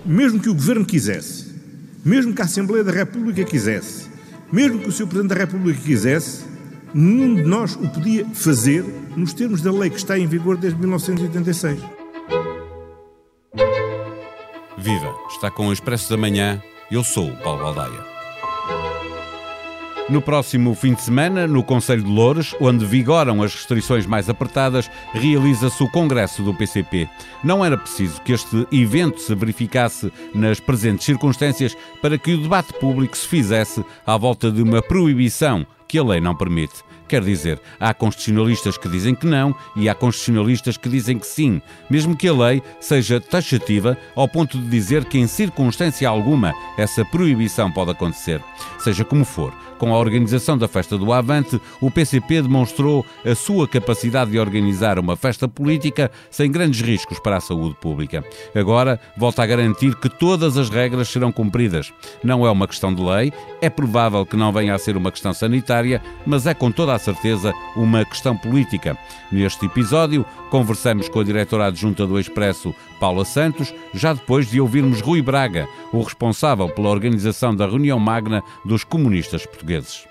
mesmo que o Governo quisesse, mesmo que a Assembleia da República quisesse, mesmo que o Sr. Presidente da República quisesse, nenhum de nós o podia fazer nos termos da lei que está em vigor desde 1986. Viva! Está com o Expresso da Manhã. Eu sou o Paulo Baldaia. No próximo fim de semana, no Concelho de Loures, onde vigoram as restrições mais apertadas, realiza-se o Congresso do PCP. Não era preciso que este evento se verificasse nas presentes circunstâncias para que o debate público se fizesse à volta de uma proibição que a lei não permite. Quer dizer, há constitucionalistas que dizem que não e há constitucionalistas que dizem que sim, mesmo que a lei seja taxativa ao ponto de dizer que em circunstância alguma essa proibição pode acontecer. Seja como for, com a organização da Festa do Avante, o PCP demonstrou a sua capacidade de organizar uma festa política sem grandes riscos para a saúde pública. Agora, volta a garantir que todas as regras serão cumpridas. Não é uma questão de lei, é provável que não venha a ser uma questão sanitária, mas é com toda a certeza uma questão política. Neste episódio, conversamos com a diretora adjunta do Expresso, Paula Santos, já depois de ouvirmos Rui Braga, o responsável pela organização da reunião magna dos comunistas portugueses.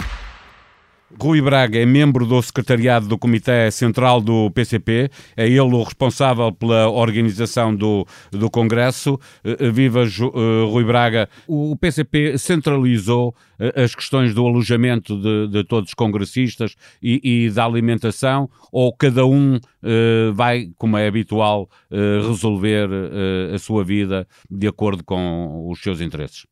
Rui Braga é membro do secretariado do Comitê Central do PCP, é ele o responsável pela organização do Congresso. Viva Rui Braga. O PCP centralizou as questões do alojamento de todos os congressistas e da alimentação, ou cada um vai, como é habitual, resolver a sua vida de acordo com os seus interesses?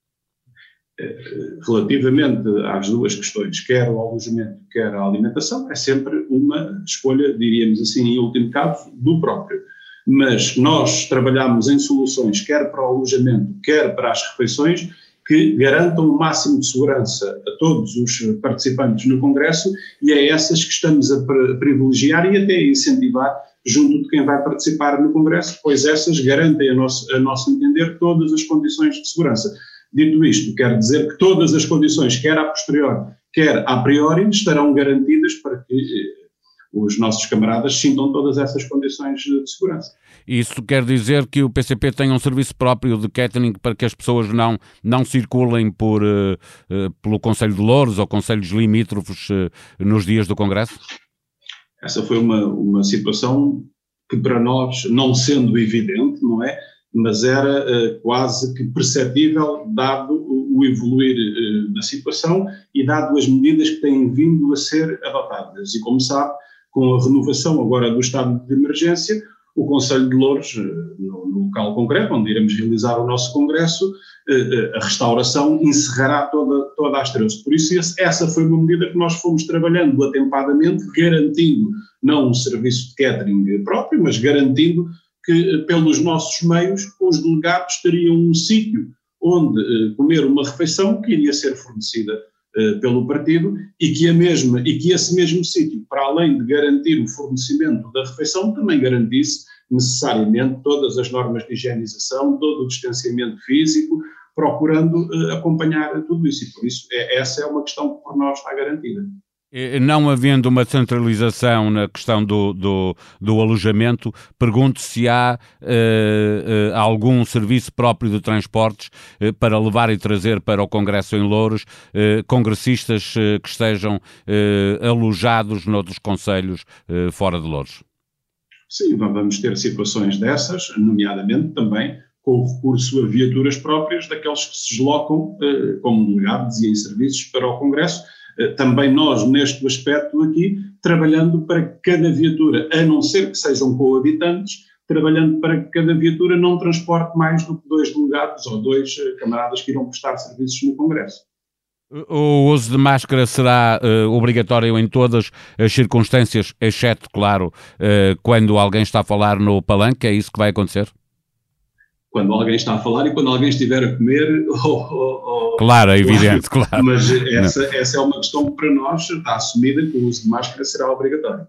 Relativamente às duas questões, quer o alojamento, quer a alimentação, é sempre uma escolha, diríamos assim, em último caso, do próprio. Mas nós trabalhamos em soluções, quer para o alojamento, quer para as refeições, que garantam o máximo de segurança a todos os participantes no Congresso, e é essas que estamos a privilegiar e até a incentivar junto de quem vai participar no Congresso, pois essas garantem, a nosso entender, todas as condições de segurança. Dito isto, quer dizer que todas as condições, quer a posteriori, quer a priori, estarão garantidas para que os nossos camaradas sintam todas essas condições de segurança. Isso quer dizer que o PCP tem um serviço próprio de catering para que as pessoas não circulem pelo Concelho de Loures ou concelhos limítrofes nos dias do Congresso? Essa foi uma situação que para nós, não sendo evidente, não é? Mas era quase que perceptível, dado o evoluir da situação e dado as medidas que têm vindo a ser adotadas. E como sabe, com a renovação agora do estado de emergência, o Concelho de Loures, no local concreto, onde iremos realizar o nosso congresso, a restauração encerrará toda às 13. Por isso, essa foi uma medida que nós fomos trabalhando atempadamente, garantindo não um serviço de catering próprio, mas garantindo que, pelos nossos meios, os delegados teriam um sítio onde comer uma refeição que iria ser fornecida pelo partido e que esse mesmo sítio, para além de garantir o fornecimento da refeição, também garantisse necessariamente todas as normas de higienização, todo o distanciamento físico, procurando acompanhar tudo isso. E por isso essa é uma questão que por nós está garantida. Não havendo uma centralização na questão do alojamento, pergunto se há algum serviço próprio de transportes para levar e trazer para o Congresso em Loures congressistas que estejam alojados noutros concelhos fora de Loures. Sim, vamos ter situações dessas, nomeadamente também com o recurso a viaturas próprias daqueles que se deslocam como delegados e em serviços para o Congresso. Também nós, neste aspecto aqui, trabalhando para que cada viatura, a não ser que sejam coabitantes, trabalhando para que cada viatura não transporte mais do que 2 delegados ou 2 camaradas que irão prestar serviços no Congresso. O uso de máscara será obrigatório em todas as circunstâncias, exceto, claro, quando alguém está a falar no palanque, é isso que vai acontecer? Quando alguém está a falar e quando alguém estiver a comer. Claro, é evidente, claro. Mas essa é uma questão que para nós está assumida, que o uso de máscara será obrigatório.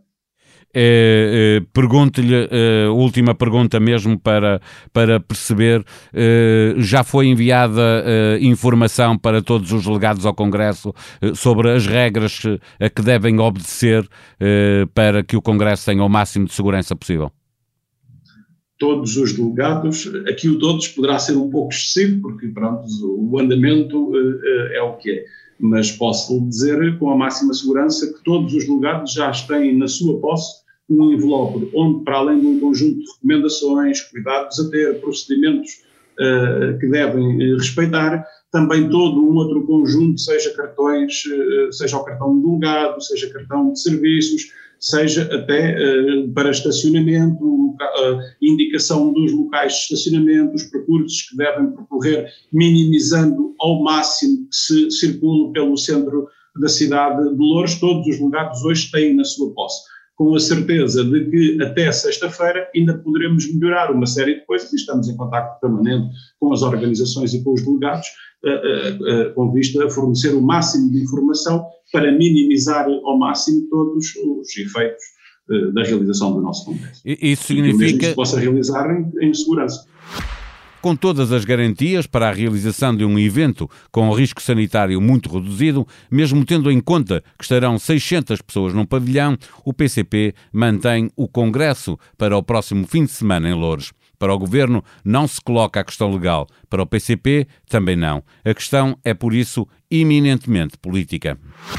Pergunto-lhe, última pergunta mesmo para perceber, já foi enviada informação para todos os delegados ao Congresso sobre as regras a que devem obedecer para que o Congresso tenha o máximo de segurança possível? todos os delegados, aqui o todos poderá ser um pouco excessivo, porque pronto, o andamento é o que é, mas posso lhe dizer com a máxima segurança que todos os delegados já têm na sua posse um envelope onde, para além de um conjunto de recomendações, cuidados a ter, procedimentos que devem respeitar, também todo um outro conjunto, seja cartões, seja o cartão de delegado, seja cartão de serviços, seja até para estacionamento, indicação dos locais de estacionamento, os percursos que devem percorrer, minimizando ao máximo que se circule pelo centro da cidade de Loures. Todos os delegados hoje têm na sua posse, com a certeza de que até sexta-feira ainda poderemos melhorar uma série de coisas, e estamos em contacto permanente com as organizações e com os delegados, com vista a fornecer o máximo de informação para minimizar ao máximo todos os efeitos da realização do nosso congresso. Isso significa que se possa realizar em segurança. Com todas as garantias para a realização de um evento com risco sanitário muito reduzido, mesmo tendo em conta que estarão 600 pessoas num pavilhão, o PCP mantém o congresso para o próximo fim de semana em Loures. Para o Governo não se coloca a questão legal, para o PCP também não. A questão é, por isso, eminentemente política.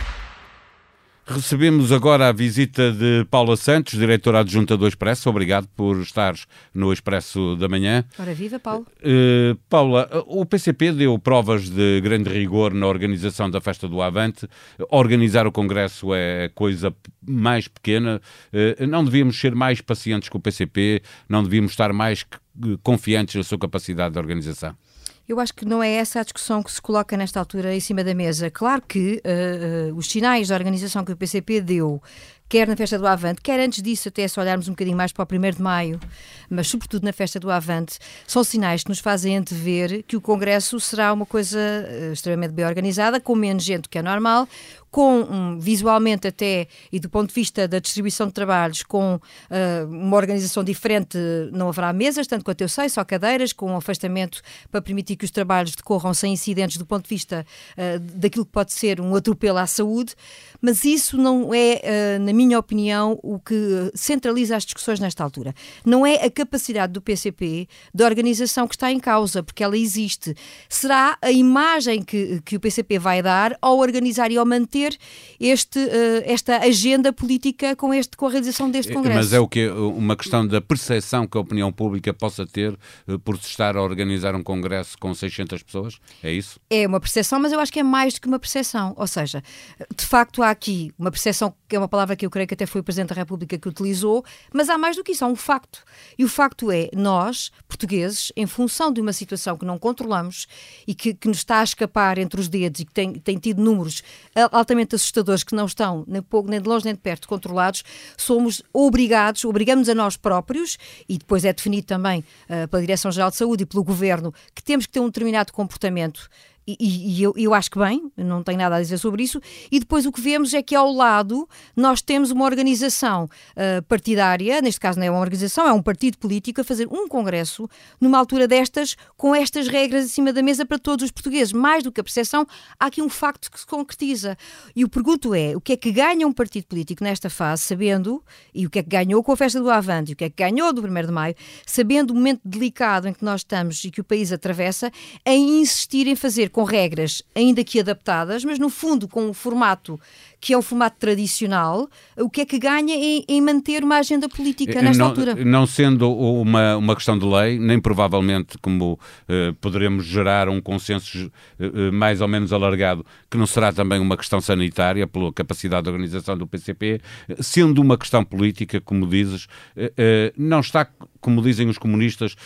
Recebemos agora a visita de Paula Santos, diretora adjunta do Expresso. Obrigado por estares no Expresso da Manhã. Ora viva, Paulo. Paula, o PCP deu provas de grande rigor na organização da Festa do Avante. Organizar o Congresso é coisa mais pequena. Não devíamos ser mais pacientes com o PCP? Não devíamos estar mais confiantes na sua capacidade de organização? Eu acho que não é essa a discussão que se coloca nesta altura em cima da mesa. Claro que os sinais da organização que o PCP deu, quer na Festa do Avante, quer antes disso, até se olharmos um bocadinho mais para o 1º de Maio, mas sobretudo na Festa do Avante, são sinais que nos fazem antever que o Congresso será uma coisa extremamente bem organizada, com menos gente do que é normal, com visualmente até, e do ponto de vista da distribuição de trabalhos, com uma organização diferente. Não haverá mesas, tanto quanto eu sei, só cadeiras, com um afastamento para permitir que os trabalhos decorram sem incidentes do ponto de vista daquilo que pode ser um atropelo à saúde, mas isso não é, na minha opinião, o que centraliza as discussões nesta altura. Não é a capacidade do PCP da organização que está em causa, porque ela existe. Será a imagem que o PCP vai dar ao organizar e ao manter esta agenda política com a realização deste Congresso. Mas é o quê? Uma questão da percepção que a opinião pública possa ter por se estar a organizar um Congresso com 600 pessoas? É isso? É uma percepção, mas eu acho que é mais do que uma percepção. Ou seja, de facto há aqui uma percepção, que é uma palavra que eu creio que até foi o Presidente da República que utilizou, mas há mais do que isso, há um facto. E o facto é, nós, portugueses, em função de uma situação que não controlamos e que nos está a escapar entre os dedos e que tem tido números altamente assustadores que não estão nem de longe nem de perto controlados, obrigamos a nós próprios, e depois é definido também pela Direção-Geral de Saúde e pelo Governo, que temos que ter um determinado comportamento. E eu acho que bem, não tenho nada a dizer sobre isso, e depois o que vemos é que ao lado nós temos uma organização partidária, neste caso não é uma organização, é um partido político a fazer um congresso numa altura destas, com estas regras em cima da mesa para todos os portugueses. Mais do que a percepção, há aqui um facto que se concretiza. E o pergunto é, o que é que ganha um partido político nesta fase, sabendo, e o que é que ganhou com a Festa do Avante, e o que é que ganhou do 1º de Maio, sabendo o momento delicado em que nós estamos e que o país atravessa, em insistir em fazer com regras ainda que adaptadas, mas no fundo com um formato que é um formato tradicional, o que é que ganha em manter uma agenda política nesta altura? Não sendo uma questão de lei, nem provavelmente como poderemos gerar um consenso mais ou menos alargado, que não será também uma questão sanitária pela capacidade de organização do PCP, sendo uma questão política, como dizes, não está, como dizem os comunistas,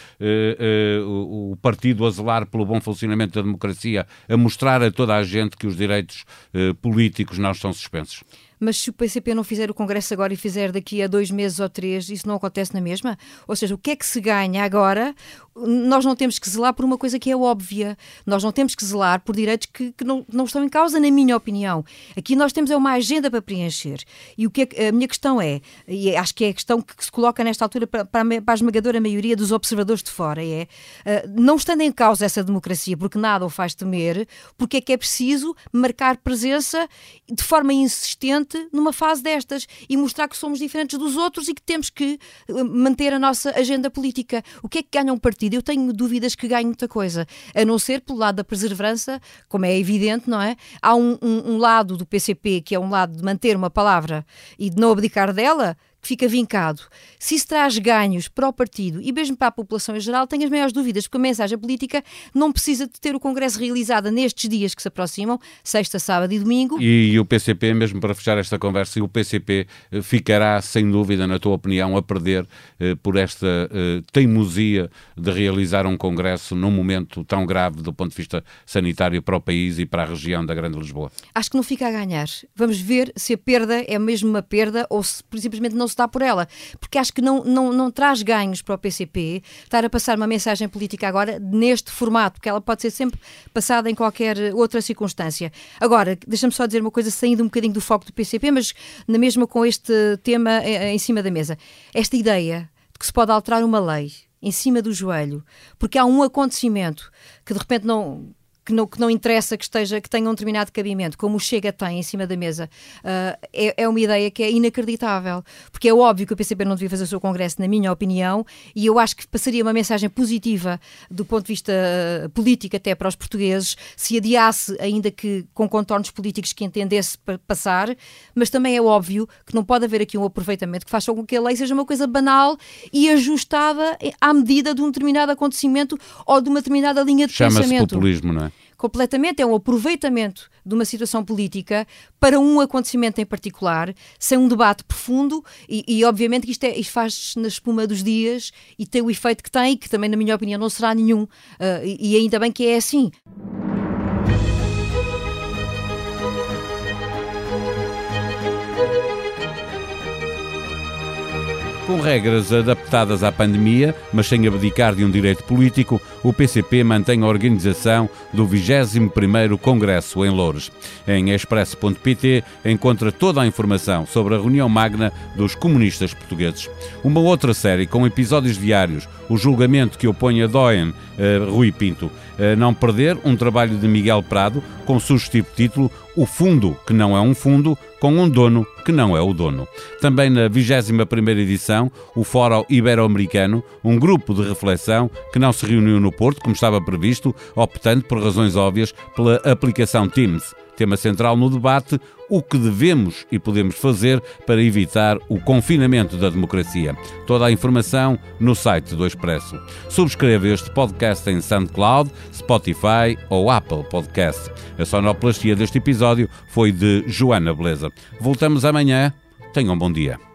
o partido a zelar pelo bom funcionamento da democracia, a mostrar a toda a gente que os direitos políticos não estão suspensos. Mas se o PCP não fizer o Congresso agora e fizer daqui a 2 meses ou 3, isso não acontece na mesma? Ou seja, o que é que se ganha agora? Nós não temos que zelar por uma coisa que é óbvia. Nós não temos que zelar por direitos que não estão em causa, na minha opinião. Aqui nós temos uma agenda para preencher. E o que a minha questão é, e acho que é a questão que se coloca nesta altura para a esmagadora maioria dos observadores de fora, não estando em causa essa democracia, porque nada o faz temer, porque é que é preciso marcar presença de forma insistente diferente numa fase destas e mostrar que somos diferentes dos outros e que temos que manter a nossa agenda política. O que é que ganha um partido? Eu tenho dúvidas que ganhe muita coisa, a não ser pelo lado da perseverança, como é evidente, não é? Há um lado do PCP que é um lado de manter uma palavra e de não abdicar dela, que fica vincado. Se isso traz ganhos para o partido e mesmo para a população em geral, tenho as maiores dúvidas, porque a mensagem política não precisa de ter o Congresso realizada nestes dias que se aproximam, sexta, sábado e domingo. E o PCP, mesmo para fechar esta conversa, o PCP ficará, sem dúvida, na tua opinião, a perder por esta teimosia de realizar um Congresso num momento tão grave do ponto de vista sanitário para o país e para a região da Grande Lisboa? Acho que não fica a ganhar. Vamos ver se a perda é mesmo uma perda ou se simplesmente não se dá por ela, porque acho que não traz ganhos para o PCP estar a passar uma mensagem política agora neste formato, porque ela pode ser sempre passada em qualquer outra circunstância. Agora, deixa-me só dizer uma coisa, saindo um bocadinho do foco do PCP, mas na mesma com este tema em cima da mesa. Esta ideia de que se pode alterar uma lei em cima do joelho, porque há um acontecimento que de repente que não interessa que tenha um determinado cabimento, como o Chega tem em cima da mesa, é uma ideia que é inacreditável, porque é óbvio que o PCP não devia fazer o seu congresso, na minha opinião, e eu acho que passaria uma mensagem positiva do ponto de vista político até para os portugueses, se adiasse, ainda que com contornos políticos que entendesse passar, mas também é óbvio que não pode haver aqui um aproveitamento que faça com que a lei seja uma coisa banal e ajustada à medida de um determinado acontecimento ou de uma determinada linha de pensamento. Chama-se populismo, não é? Completamente, é um aproveitamento de uma situação política para um acontecimento em particular, sem um debate profundo e obviamente que isto faz na espuma dos dias e tem o efeito que tem, que também na minha opinião não será nenhum, e ainda bem que é assim. Com regras adaptadas à pandemia, mas sem abdicar de um direito político, o PCP mantém a organização do 21º Congresso em Loures. Em expresso.pt encontra toda a informação sobre a reunião magna dos comunistas portugueses. Uma outra série com episódios diários, o julgamento que opõe a Doyen, Rui Pinto. Não perder, um trabalho de Miguel Prado com o sugestivo título O Fundo, que não é um fundo, com um dono que não é o dono. Também na 21ª edição, o Fórum Ibero-Americano, um grupo de reflexão que não se reuniu no Porto, como estava previsto, optando, por razões óbvias, pela aplicação Teams. Tema central no debate, o que devemos e podemos fazer para evitar o confinamento da democracia. Toda a informação no site do Expresso. Subscreva este podcast em SoundCloud, Spotify ou Apple Podcast. A sonoplastia deste episódio foi de Joana Beleza. Voltamos amanhã. Tenham um bom dia.